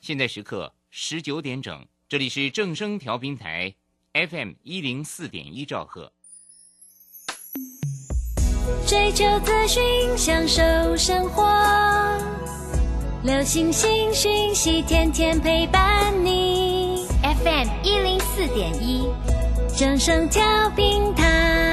现在时刻19点整，这里是正声调频台 FM104.1兆赫。 追求资讯，享受生活，流行新讯息，天天陪伴你。FM104.1，正声调频台。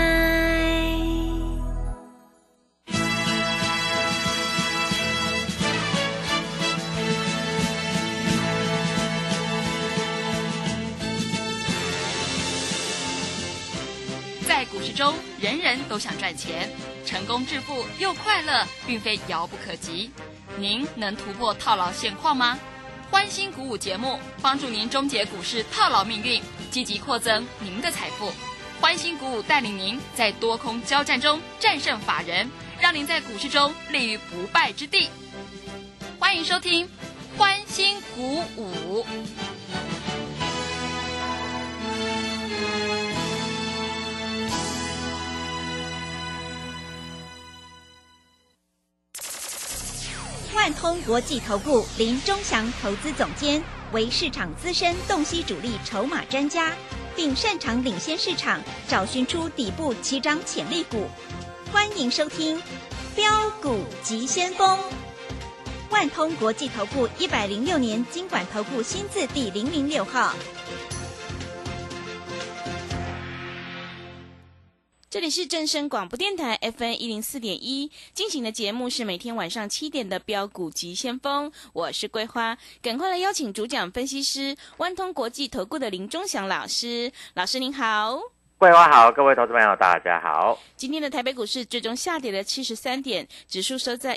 在股市中，人人都想赚钱，成功致富又快乐，并非遥不可及。您能突破套牢现况吗？欢欣鼓舞节目帮助您终结股市套牢命运，积极扩增您的财富。欢欣鼓舞带领您在多空交战中战胜法人，让您在股市中立于不败之地。欢迎收听欢欣鼓舞。 万通国际投顾林钟祥投资总监为市场资深洞悉主力筹码专家，并擅长领先市场，找寻出底部起涨潜力股。欢迎收听标股急先锋。万通国际投顾106年金管投顾新字第006号。 这里是正声广播电台 FN104.1，进行的节目是每天晚上7点的标股急先锋，我是桂花，赶快来邀请主讲分析师万通国际投顾的林钟祥老师。老师您好。 桂花好，各位投资朋友大家好。 今天的台北股市最终下跌了73点，指数收在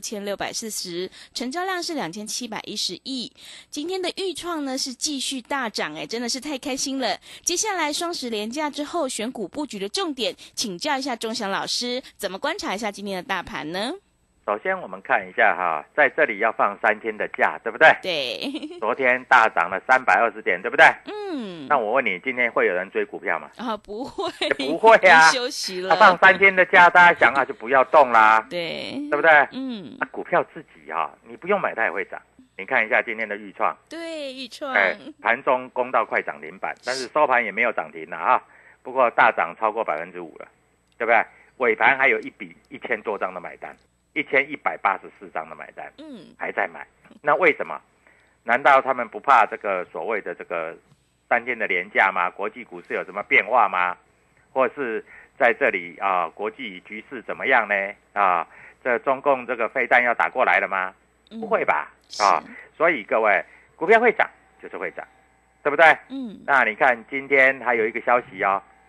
16640，成交量是2710亿。今天的预创呢是继续大涨，真的是太开心了。接下来双十连假之后选股布局的重点，请教一下钟祥老师，怎么观察一下今天的大盘呢？ 首先我们看一下哈，在这里要放3天的假，对不对？ 对。 昨天大涨了320点，对不对？ 嗯。 那我问你，今天会有人追股票吗？ 不会。 不会啊。 休息了。 放3天的假，大家想就不要动啦。 对。 对不对？ 嗯。 那股票自己你不用买它也会涨。你看一下今天的预创。 对，预创。 盘中攻到快涨停板，但是收盘也没有涨停了不过大涨超过5%了，对不对？尾盘还有1000多张的买单。1184张的买单，还在买，那为什么？难道他们不怕这个所谓的这个3天的连假吗？国际股市有什么变化吗？或是在这里国际局势怎么样呢？这中共这个飞弹要打过来了吗？不会吧？所以各位，股票会涨就是会涨，对不对？那你看今天还有一个消息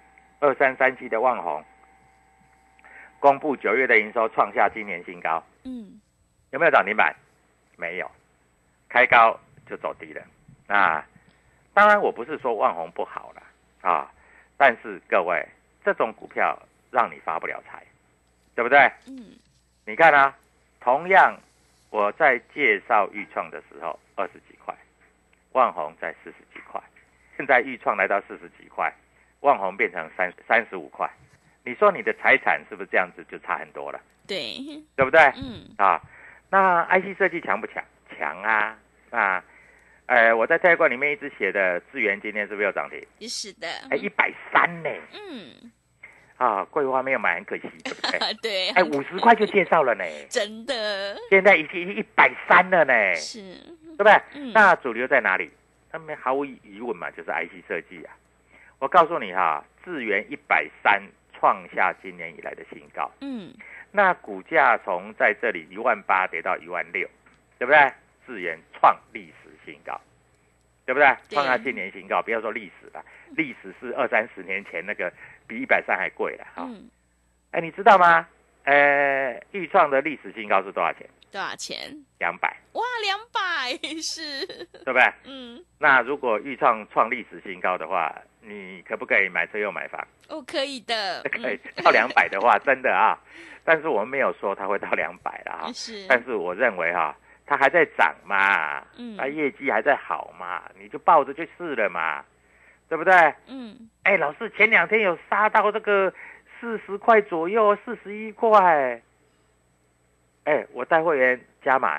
2337的旺宏。公布9月的营收创下今年新高，有没有涨停板？没有，开高就走低了。当然我不是说旺宏不好了但是各位，这种股票让你发不了财，对不对？你看同样我在介绍预创的时候20几块，旺宏在40几块，现在预创来到40几块，旺宏变成35块。你说你的财产是不是这样子就差很多了？ 对， 对不对？那 IC 设计强不强？强啊！我在泰冠里面一直写的智原今天是不是有涨停？ 是的 ，130呢。桂花没有买很可惜，对不对？ 对 ，50块就介绍了呢， 真的， 现在已经130了呢， 是， 对不对？那主流在哪里？他们毫无疑问嘛，就是 IC 设计啊。我告诉你智原130。创下今年以来的新高，那股价从在这里18000跌到16000，对不对？智原创历史新高，对不对？创下今年新高，不要说历史了，历史是20-30年前那个比130还贵了你知道吗？预创的历史新高是多少钱？ 多少钱 ？200。 哇，200是， 对不对？那如果预创历史新高的话，你可不可以买车又买房？ 可以的， 可以到200的话，真的但是我们没有说它会到200了是， 但是我认为它还在涨嘛，它业绩还在好嘛，你就抱着就是了嘛，对不对？老师前2天有杀到这个40块左右，41块，我带会员加码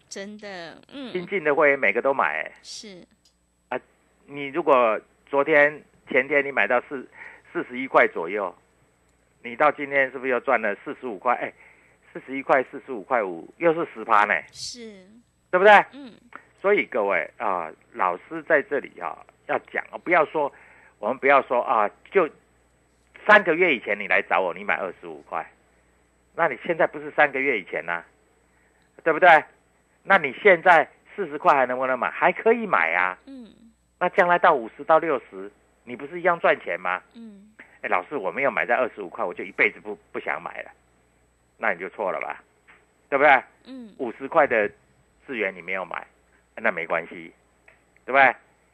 真的， 新进的会员每个都买， 是啊，你如果昨天前天你买到41块左右，你到今天是不是又赚了45块？41块45块5，又是10%呢， 是， 对不对？ 所以各位啊，老师在这里啊要讲，我们不要说啊，就3个月以前你来找我，你买25块，那你现在不是3个月以前啊，对不对？那你现在40块还能不能买？还可以买啊。那将来到50到60，你不是一样赚钱吗？老师，我没有买在25块，我就一辈子不想买了，那你就错了吧，对不对？50块的资源你没有买，那没关系，对不对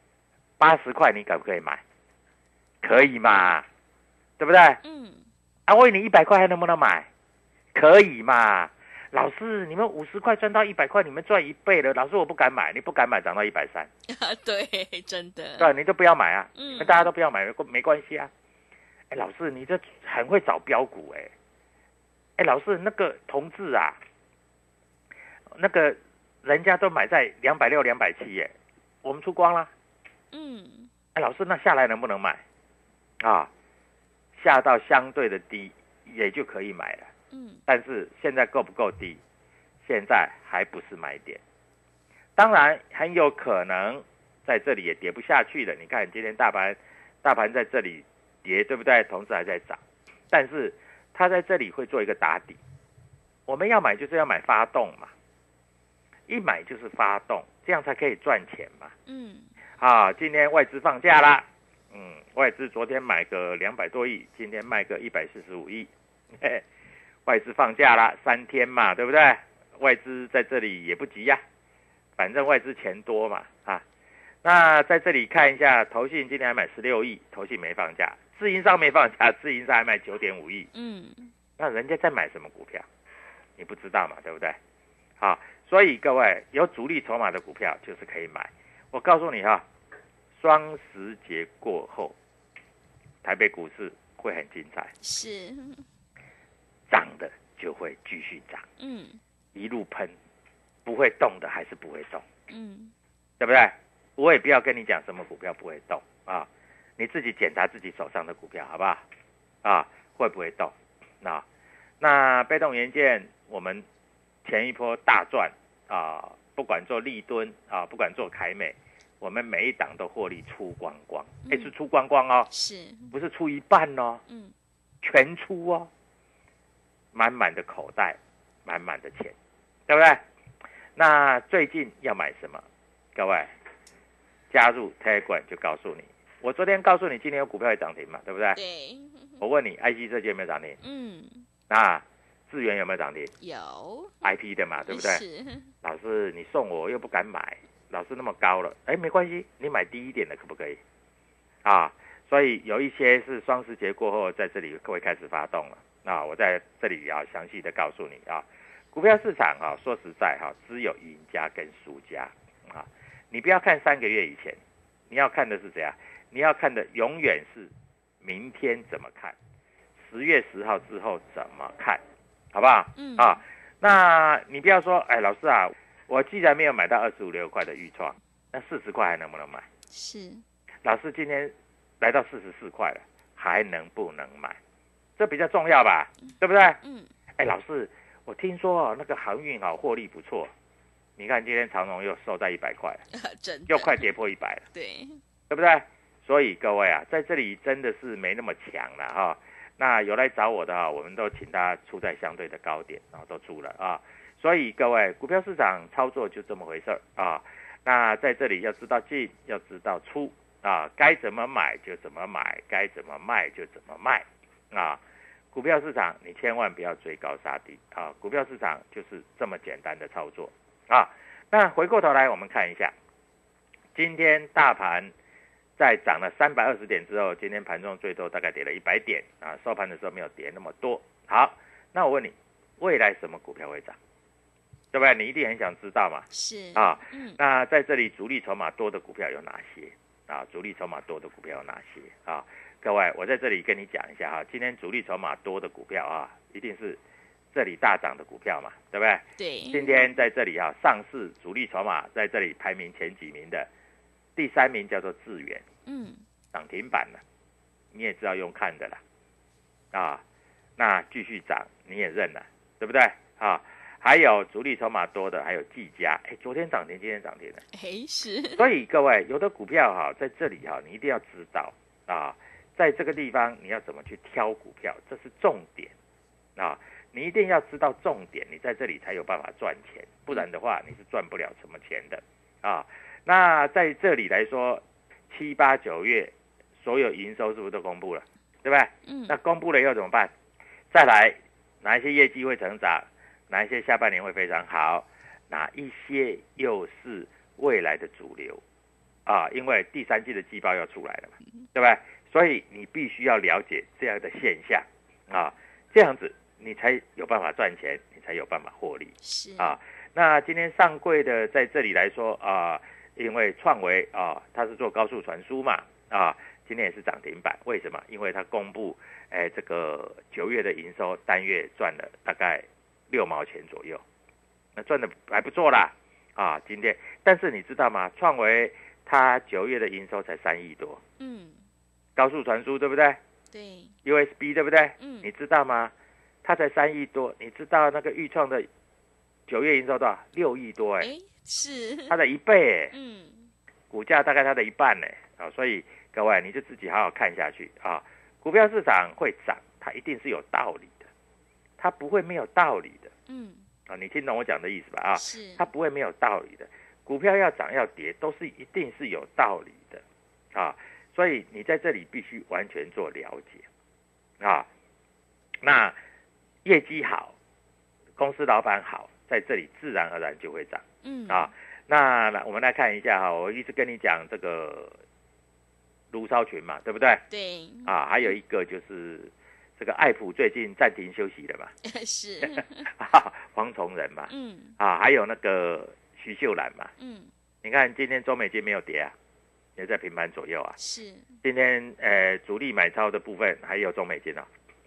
？80块你可不可以买？可以嘛，对不对？问你100块还能不能买？可以嘛。老师，你们50块赚到100块，你们赚1倍了。老师，我不敢买，你不敢买，涨到130。 对，真的。 对，你就不要买啊。大家都不要买，没关系啊。老师，你这很会找标股老师，那个同志啊，那个人家都买在260、270我们出光了。老师，那下来能不能买？啊，下到相对的低也就可以买了。但是现在够不够低？现在还不是买点。当然很有可能在这里也跌不下去了。你看今天大盘在这里跌，对不对？同时还在涨，但是它在这里会做一个打底。我们要买就是要买发动嘛，一买就是发动，这样才可以赚钱嘛。今天外资放假啦。外资昨天买个200多亿，今天卖个145亿。外资放假啦，3天嘛，对不对？外资在这里也不急呀，反正外资钱多嘛，那在这里看一下，投信今天还买16亿，投信没放假，自营商没放假，自营商还买9.5亿。那人家在买什么股票？你不知道嘛，对不对？所以各位有主力筹码的股票就是可以买。我告诉你双十节过后，台北股市会很精彩。 是。 涨的就会继续涨，一路喷，不会动的还是不会动，对不对？我也不要跟你讲什么股票不会动啊，你自己检查自己手上的股票好不好？会不会动？那被动元件我们前一波大赚不管做立敦不管做凯美，我们每一档都获利出光光，是出光光哦， 是不是出一半哦？全出哦。满满的口袋，满满的钱，对不对？那最近要买什么？各位加入 Telegram 就告诉你。我昨天告诉你，今天有股票会涨停嘛，对不对？ 对。 我问你 ，IC 设计有没有涨停？那智原有没有涨停？ 有。 IP 的嘛，对不对？ 是。 老师，你送我又不敢买，老师那么高了，没关系，你买低一点的可不可以？所以有一些是双十节过后，在这里会开始发动了。我在这里要详细的告诉你股票市场说实在只有赢家跟输家你不要看3个月以前，你要看的是怎样？你要看的永远是明天怎么看，10月10号之后怎么看，好不好？那你不要说，老师我既然没有买到25、6块的预创，那40块还能不能买？ 是。 老师今天来到44块了，还能不能买？这比较重要吧，对不对？老师，我听说那个航运获利不错，你看今天长荣又收在100块了， 真的又快跌破100了， 对不对？所以各位在这里真的是没那么强了那有来找我的我们都请他出在相对的高点，然后都出了所以各位股票市场操作就这么回事那在这里要知道进，要知道出该怎么买就怎么买，该怎么卖就怎么卖。股票市场你千万不要追高杀低股票市场就是这么简单的操作那回过头来我们看一下，今天大盘在涨了320点之后，今天盘中最多大概跌了100点收盘的时候没有跌那么多。好，那我问你，未来什么股票会涨？对不对？你一定很想知道嘛。 是那在这里主力筹码多的股票有哪些主力筹码多的股票有哪些各位，我在这里跟你讲一下今天主力筹码多的股票一定是这里大涨的股票嘛，对不对？ 对， 今天在这里上市主力筹码在这里排名前几名的，第3名叫做智原，涨停板了，你也知道用看的啦，那继续涨你也认了，对不对？还有主力筹码多的，还有技嘉，昨天涨停，今天涨停了， 是。 所以各位有的股票在这里你一定要知道在这个地方你要怎么去挑股票，这是重点你一定要知道重点，你在这里才有办法赚钱，不然的话你是赚不了什么钱的那在这里来说，7、8、9月所有营收是不是都公布了，对不对？那公布了以后怎么办？再来哪一些业绩会成长，哪一些下半年会非常好，哪一些又是未来的主流因为第3季的季报要出来了嘛，对不对？所以你必须要了解这样的现象这样子你才有办法赚钱，你才有办法获利。 是那今天上柜的在这里来说因为创维它是做高速传输嘛今天也是涨停板，为什么？因为它公布这个9月的营收单月赚了大概6毛钱左右，那赚的还不错啦今天。但是你知道吗？创维它9月的营收才3亿多，高速传输对不对？ 对 ，USB 对不对？你知道吗？它才3亿多，你知道那个裕创的9月营收多少？6亿多是它的1倍股价大概它的1半所以各位你就自己好好看下去股票市场会涨，它一定是有道理的，它不会没有道理的你听懂我讲的意思吧是它不会没有道理的，股票要涨要跌都是一定是有道理的所以你在这里必须完全做了解那业绩好，公司老板好，在这里自然而然就会涨那我们来看一下我一直跟你讲这个卢超群嘛，对不对？ 对还有一个就是这个爱普最近暂停休息了嘛是黄崇仁嘛还有那个徐秀兰嘛你看今天中美金没有跌也在平盘左右是今天主力买超的部分还有中美金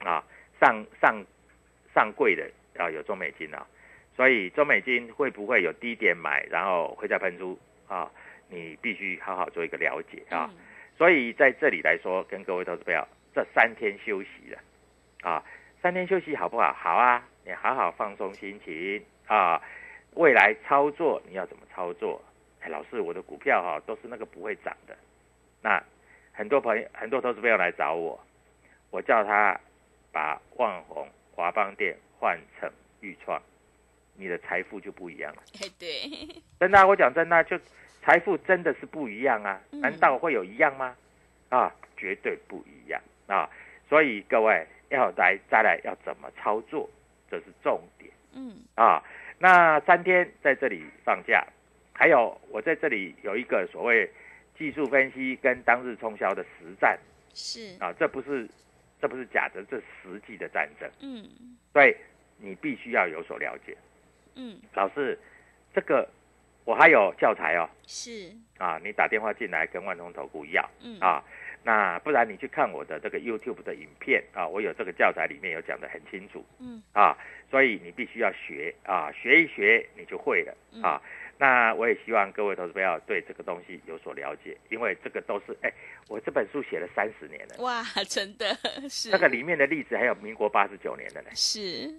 上柜的有中美金所以中美金会不会有低点买然后会再喷出你必须好好做一个了解所以在这里来说跟各位投资朋友，这3天休息了3天休息好不好？好你好好放松心情未来操作你要怎么操作？老师我的股票都是那个不会涨的，那很多投资朋友来找我，我叫他把旺宏、华邦电换成裕创，你的财富就不一样了。 对， 真的我讲真的，就财富真的是不一样难道会有一样吗？绝对不一样所以各位再来要怎么操作，这是重点那3天在这里放假，还有我在这里有一个所谓技术分析跟当日冲销的实战是这不是假的，这是实际的战争所以你必须要有所了解老师这个我还有教材是你打电话进来跟万通投顾要那不然你去看我的这个 YouTube 的影片我有这个教材里面有讲得很清楚所以你必须要学学一学你就会了那我也希望各位投资朋友对这个东西有所了解，因为这个都是我这本书写了30年了， 哇，真的是那个里面的例子还有民国89年的呢， 是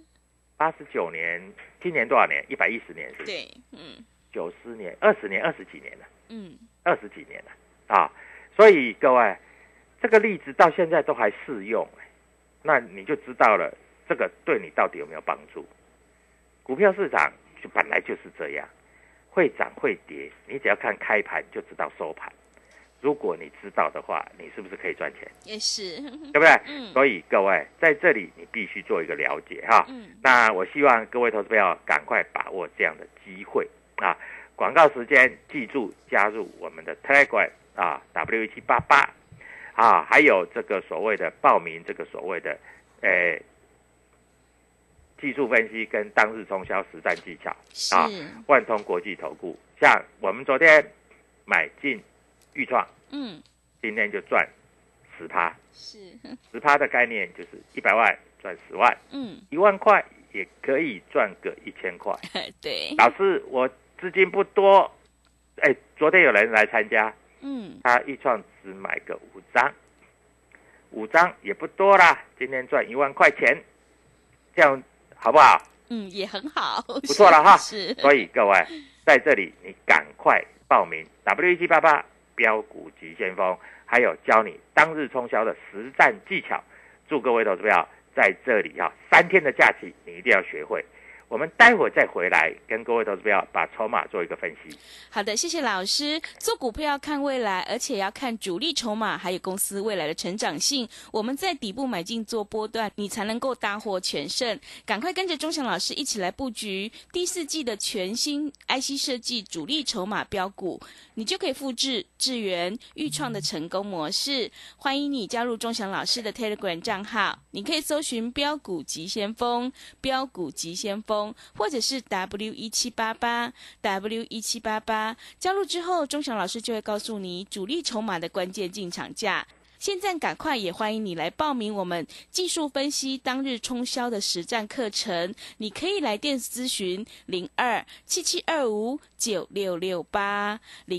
89年，今年多少年？110年是不是？ 对 90年、20年、20几年了，20几年了所以各位这个例子到现在都还适用那你就知道了这个对你到底有没有帮助。股票市场就本来就是这样，会涨会跌，你只要看开盘就知道收盘。如果你知道的话，你是不是可以赚钱？ 也是， 对不对？所以各位在这里你必须做一个了解那我希望各位投资朋友赶快把握这样的机会广告时间记住加入我们的 Telegram W1788还有这个所谓的报名这个所谓的技术分析跟当日冲销实战技巧万通国际投顾，像我们昨天买进裕创今天就赚10%， 是 10%的概念就是100万赚10万，1万块也可以赚个1000块。 对， 老师，我资金不多，昨天有人来参加，他一创只买个5张也不多啦，今天赚1万块钱，这样好不好？ 也很好， 不错了哈。 是， 所以各位在这里，你赶快报名 W1788标股急先锋，还有教你当日冲销的实战技巧。祝各位投资朋友在这里3天的假期，你一定要学会。我们待会再回来跟各位投资朋友把筹码做一个分析。 好的，谢谢老师。做股票要看未来，而且要看主力筹码，还有公司未来的成长性。我们在底部买进做波段，你才能够大获全胜。赶快跟着钟祥老师一起来布局第4季的全新 IC 设计主力筹码标股，你就可以复制智原、裕创的成功模式。欢迎你加入钟祥老师的 Telegram 账号，你可以搜寻标股急先锋、标股急先锋，或者是 W1788 加入之后，钟祥老师就会告诉你主力筹码的关键进场价。现在赶快也欢迎你来报名我们技术分析当日冲销的实战课程，你可以来电咨询02-7725-9668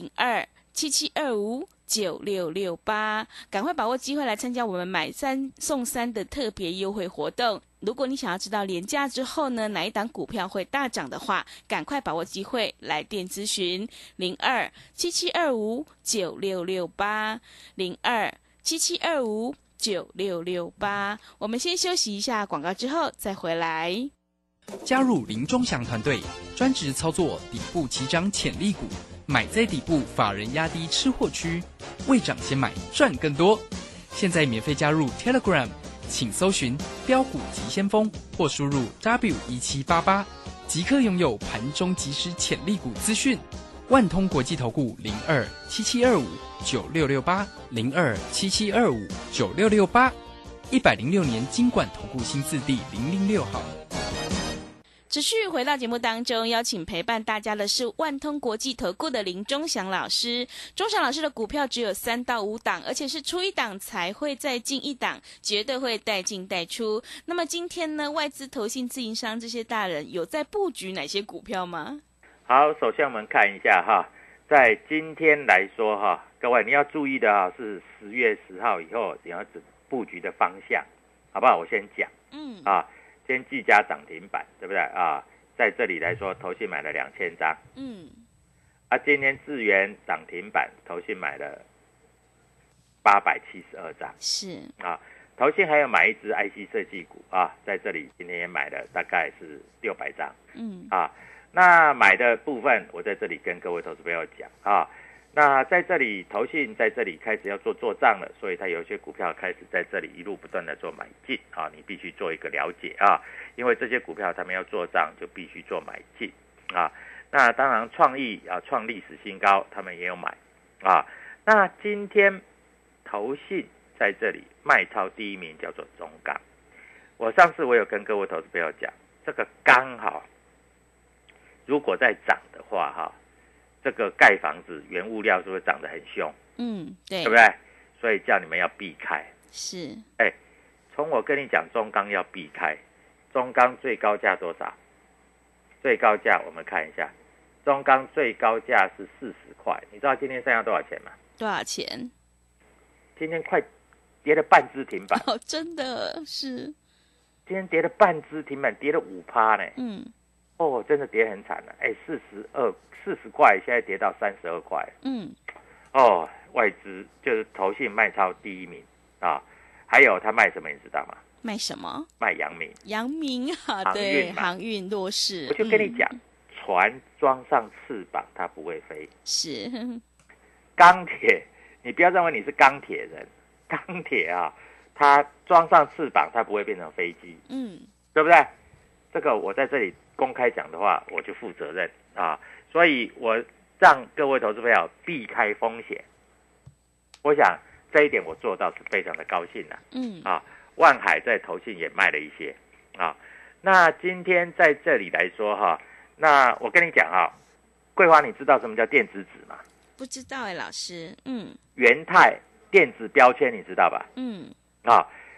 02-7725-9668，赶快把握机会来参加我们买3送3的特别优惠活动。如果你想要知道连假之后呢哪一档股票会大涨的话，赶快把握机会来电咨询02-7725-9668 02-7725-9668。我们先休息一下广告之后再回来。 加入林钟祥团队，专职操作底部起涨潜力股，买在底部，法人压低吃货区，未涨先买赚更多。现在免费加入 Telegram， 请搜寻标股急先锋或输入 W1788， 即刻拥有盘中即时潜力股资讯。万通国际投顾02-7725-9668 02-7725-9668， 106年金管投顾新字第006号。 持续回到节目当中，邀请陪伴大家的是万通国际投顾的林钟祥老师。钟祥老师的股票只有3到5档，而且是出1档才会再进1档，绝对会带进带出。那么今天呢，外资、投信、自营商这些大人有在布局哪些股票吗？ 好，首先我们看一下在今天来说各位你要注意的是10月10号以后你要布局的方向，好不好？我先讲。今天技嘉涨停板，对不对啊？在这里来说，投信买了2000张。今天智原涨停板，投信买了872张。是啊，投信还有买一只 IC 设计股在这里今天也买了大概是600张。那买的部分我在这里跟各位投资朋友讲那在这里投信在这里开始要做账了，所以它有一些股票开始在这里一路不断的做买进你必须做一个了解因为这些股票他们要做账就必须做买进那当然创意创历史新高，他们也有买那今天投信在这里卖超第1名叫做中钢，我上次我有跟各位投资朋友讲，这个钢如果再涨的话这个盖房子原物料是不是涨得很凶？对，对不对？所以叫你们要避开。是，从我跟你讲中钢要避开，中钢最高价多少？最高价我们看一下，中钢最高价是40块，你知道今天剩下多少钱吗？ 多少钱？ 今天快跌了半只停板。 真的是， 今天跌了半只停板，跌了5%呢。真的跌很惨了，40块现在跌到32块。外资就是投信卖超第1名还有他卖什么你知道吗？ 卖什么？ 卖阳明。阳明对，航运弱势。 我就跟你讲，船装上翅膀它不会飞。是。钢铁，你不要认为你是钢铁人，钢铁它装上翅膀它不会变成飞机。对不对？这个我在这里公开讲的话，我就负责任所以我让各位投资朋友避开风险。我想这一点我做到是非常的高兴万海在投信也卖了一些那今天在这里来说那我跟你讲桂花，你知道什么叫电子纸吗？ 不知道老师。 元泰电子标签你知道吧？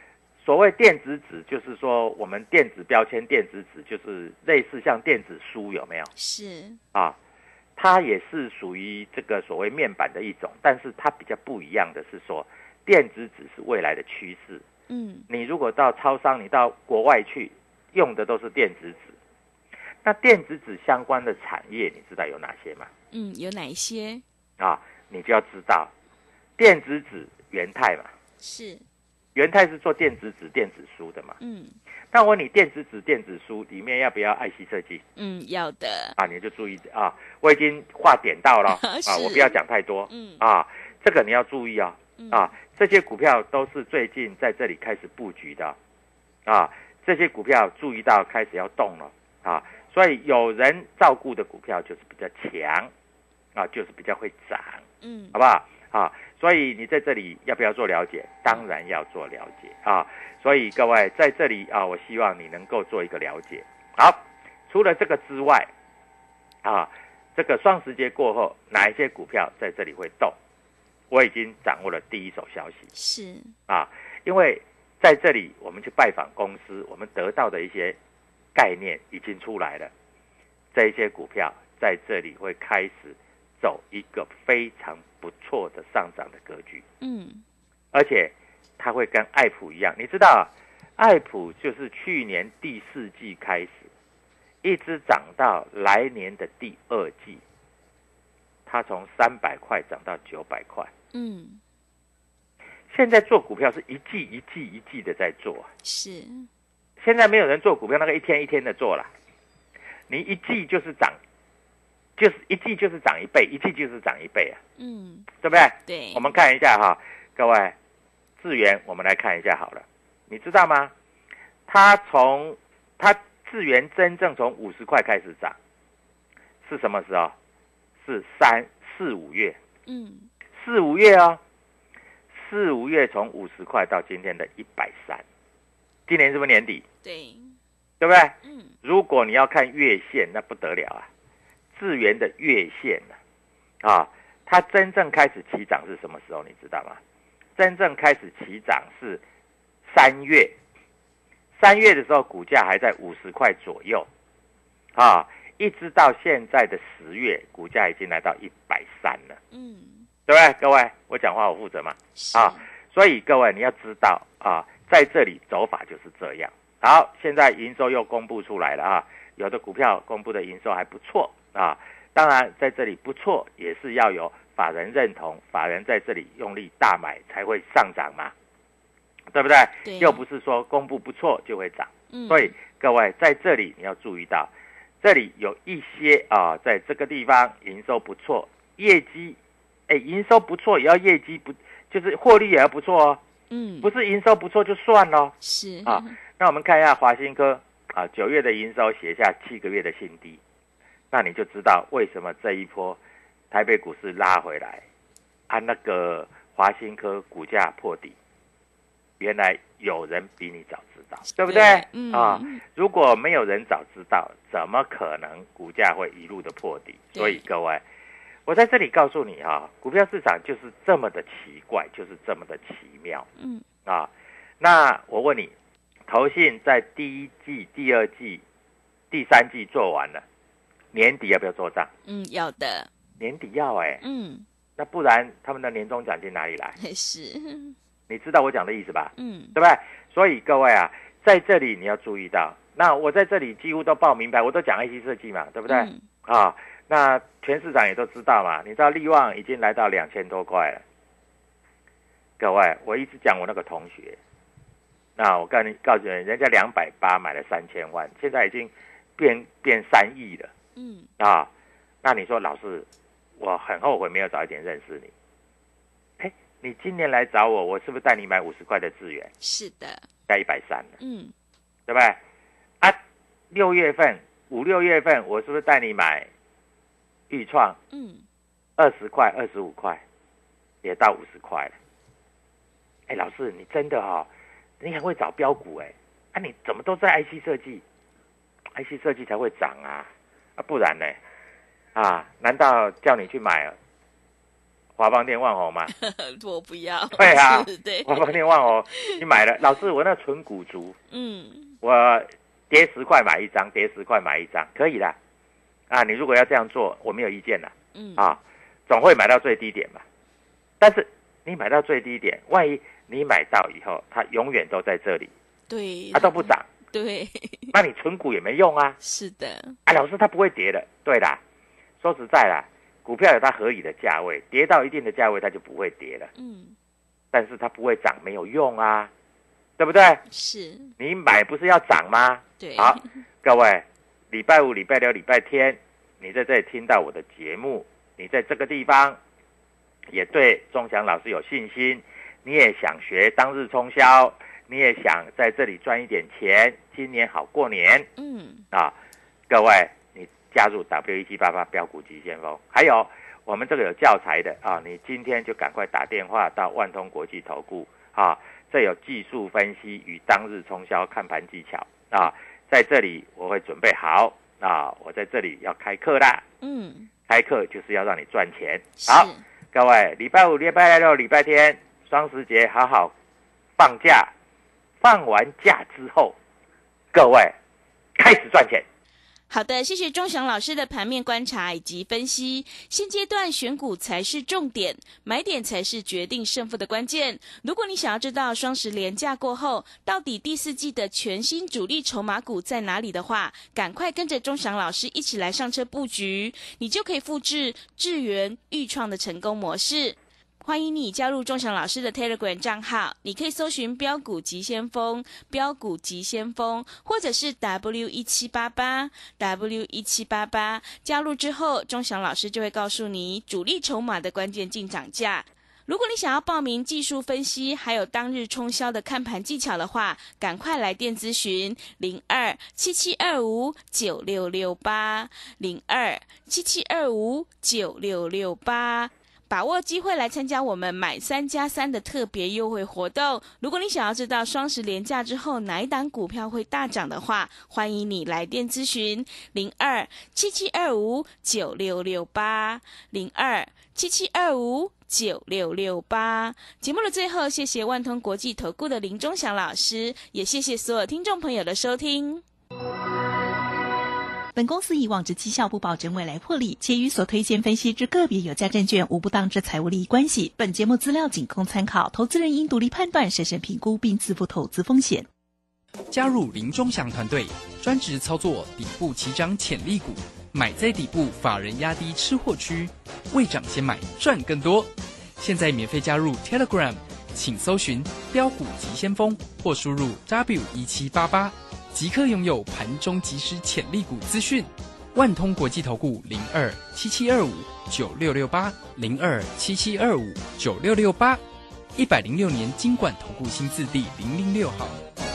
所谓电子纸，就是说我们电子标签、电子纸，就是类似像电子书，有没有？ 是啊，它也是属于这个所谓面板的一种，但是它比较不一样的是说，电子纸是未来的趋势。你如果到超商，你到国外去，用的都是电子纸。那电子纸相关的产业，你知道有哪些吗？ 有哪一些？ 啊，你就要知道，电子纸元太嘛， 是元太是做电子纸、电子书的嘛。那我问你，电子纸、电子书里面要不要 IC 设计？ 要的啊，你就注意啊，我已经画点到了啊，我不要讲太多。啊，这个你要注意啊。啊，这些股票都是最近在这里开始布局的，啊，这些股票注意到开始要动了啊，所以有人照顾的股票就是比较强，啊，就是比较会涨，好不好？啊，所以你在这里要不要做了解？当然要做了解啊，所以各位在这里啊，我希望你能够做一个了解。好，除了这个之外，啊，这个双十节过后，哪一些股票在这里会动？我已经掌握了第一手消息， 是啊，因为在这里我们去拜访公司，我们得到的一些概念已经出来了，这一些股票在这里会开始走一个非常不错的上涨的格局，而且它会跟爱普一样，你知道，爱普就是去年第4季开始，一直涨到来年的第2季。它从300块涨到900块，现在做股票是一季一季一季的在做， 是， 现在没有人做股票那个一天一天的做了，你一季就是涨，就是一季就是涨1倍，一季就是涨1倍啊，对不对？ 对， 我们看一下哈，各位，智原我们来看一下好了，你知道吗？它智原真正从50块开始涨，是什么时候？是4、5月，4、5月哦，4、5月从50块到今天的130，今年是不是年底？ 对， 对不对？如果你要看月线，那不得了啊！智原的月线啊，它真正开始起涨是什么时候？你知道吗？真正开始起涨是3月，3月的时候股价还在50块左右，啊。一直到现在的10月，股价已经来到130了，对不对？各位，我讲话我负责嘛，啊，所以各位你要知道啊，在这里走法就是这样。好，现在营收又公布出来了啊，有的股票公布的营收还不错啊，当然在这里不错也是要有法人认同，法人在这里用力大买才会上涨嘛，对不对？ 对， 又不是说公布不错就会涨，所以各位在这里你要注意到。这里有一些啊，在这个地方营收不错，业绩，营收不错也要业绩不，就是获利也要不错哦。不是营收不错就算咯。 是啊，那我们看一下华新科啊，9月的营收写下7个月的新低，那你就知道为什么这一波台北股市拉回来，啊，那个华新科股价破底，原来有人比你早知道，对不对？啊，如果没有人早知道，怎么可能股价会一路的破底？所以各位，我在这里告诉你啊，股票市场就是这么的奇怪，就是这么的奇妙。啊，那我问你，投信在第1季、第2季、第3季做完了，年底要不要做账？ 要的， 年底要那不然他们的年终奖金哪里来？ 是。 你知道我讲的意思吧？对不对？所以各位啊，在这里你要注意到，那我在这里几乎都报明白，我都讲 IC 设计嘛，对不对？啊，那全市场也都知道嘛。你知道力旺已经来到2000多块了。各位，我一直讲我那个同学，那我告诉你，人家280买了3000万，现在已经变3亿了。啊，那你说老师，我很后悔没有早一点认识你。你今年来找我，我是不是带你买50块的智原？是的，在130了，对不对？啊，5、6月份，我是不是带你买裕创？20块、25块，也到50块了。老师，你真的你很会找标股你怎么都在 IC 设计 ？IC 设计才会涨啊，不然呢？难道叫你去买华邦电、万宏嘛？ 我不要。 对啊， 对， 华邦电、万宏，你买了，老师，我那纯股族，我跌10块买一张，跌10块买一张，可以啦。啊，你如果要这样做，我没有意见啦。总会买到最低点嘛。但是你买到最低点，万一你买到以后，它永远都在这里， 对， 它都不涨， 对， 那你存股也没用啊。 是的， 老师它不会跌的，对啦。说实在啦，股票有它合理的价位，跌到一定的价位它就不会跌了。但是它不会涨，没有用啊，对不对？ 是， 你买不是要涨吗？ 对。 好，各位，礼拜五、礼拜六、礼拜天，你在这里听到我的节目，你在这个地方也对钟祥老师有信心，你也想学当日冲销，你也想在这里赚一点钱，今年好过年。各位，你加入 W1788 标股急先锋，还有我们这个有教材的啊，你今天就赶快打电话到万通国际投顾啊，这有技术分析与当日冲销看盘技巧啊，在这里我会准备好啊，我在这里要开课啦。开课就是要让你赚钱。好，各位，礼拜五、礼拜六、礼拜天，双十节好好放假，放完假之后，各位开始赚钱。 好的，谢谢钟祥老师的盘面观察以及分析。现阶段选股才是重点，买点才是决定胜负的关键。如果你想要知道双十连假过后，到底第4季的全新主力筹码股在哪里的话，赶快跟着钟祥老师一起来上车布局，你就可以复制智原、裕创的成功模式。欢迎你加入钟祥老师的 Telegram 账号，你可以搜寻标股急先锋、标股急先锋，或者是 W1788 W1788。加入之后，钟祥老师就会告诉你主力筹码的关键进场价。如果你想要报名技术分析，还有当日冲销的看盘技巧的话，赶快来电咨询02-7725-9668 02-7725-9668。把握机会来参加我们买3+3的特别优惠活动。如果你想要知道双十连假之后哪一档股票会大涨的话，欢迎你来电咨询02-7725-9668 02-7725-9668。节目的最后，谢谢万通国际投顾的林钟祥老师，也谢谢所有听众朋友的收听。 本公司以往之绩效不保证未来获利，且与所推荐分析之个别有价证券无不当之财务利益关系。本节目资料仅供参考，投资人应独立判断、审慎评估并自负投资风险。 加入林钟祥团队，专职操作底部起涨潜力股，买在底部，法人压低吃货区，未涨先买赚更多。现在免费加入 Telegram， 请搜寻标股急先锋或输入 W1788。即刻拥有盘中即时潜力股资讯。万通国际投顾02-7725-9668 02-7725-9668 106年金管投顾新字第006号。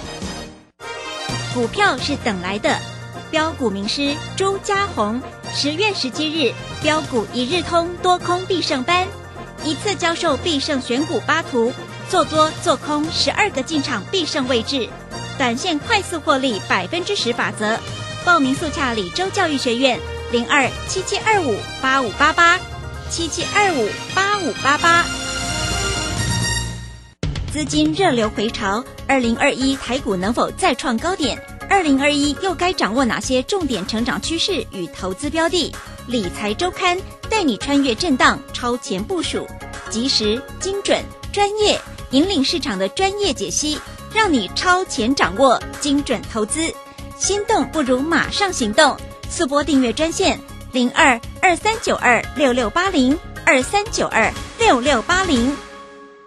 股票是等来的，标股名师朱家红10月17日标股一日通多空必胜班，一次教授必胜选股8图，做多做空12个进场必胜位置，短线快速获利10%法则。报名速洽李州教育学院02-7725-8588 7725-8588。资金热流回潮，2021台股能否再创高点？2021又该掌握哪些重点成长趋势与投资标的？理财周刊带你穿越震荡，超前部署，及时、精准、专业，引领市场的专业解析，让你超前掌握精准投资。心动不如马上行动，速拨订阅专线02-2392-6680 2392-6680。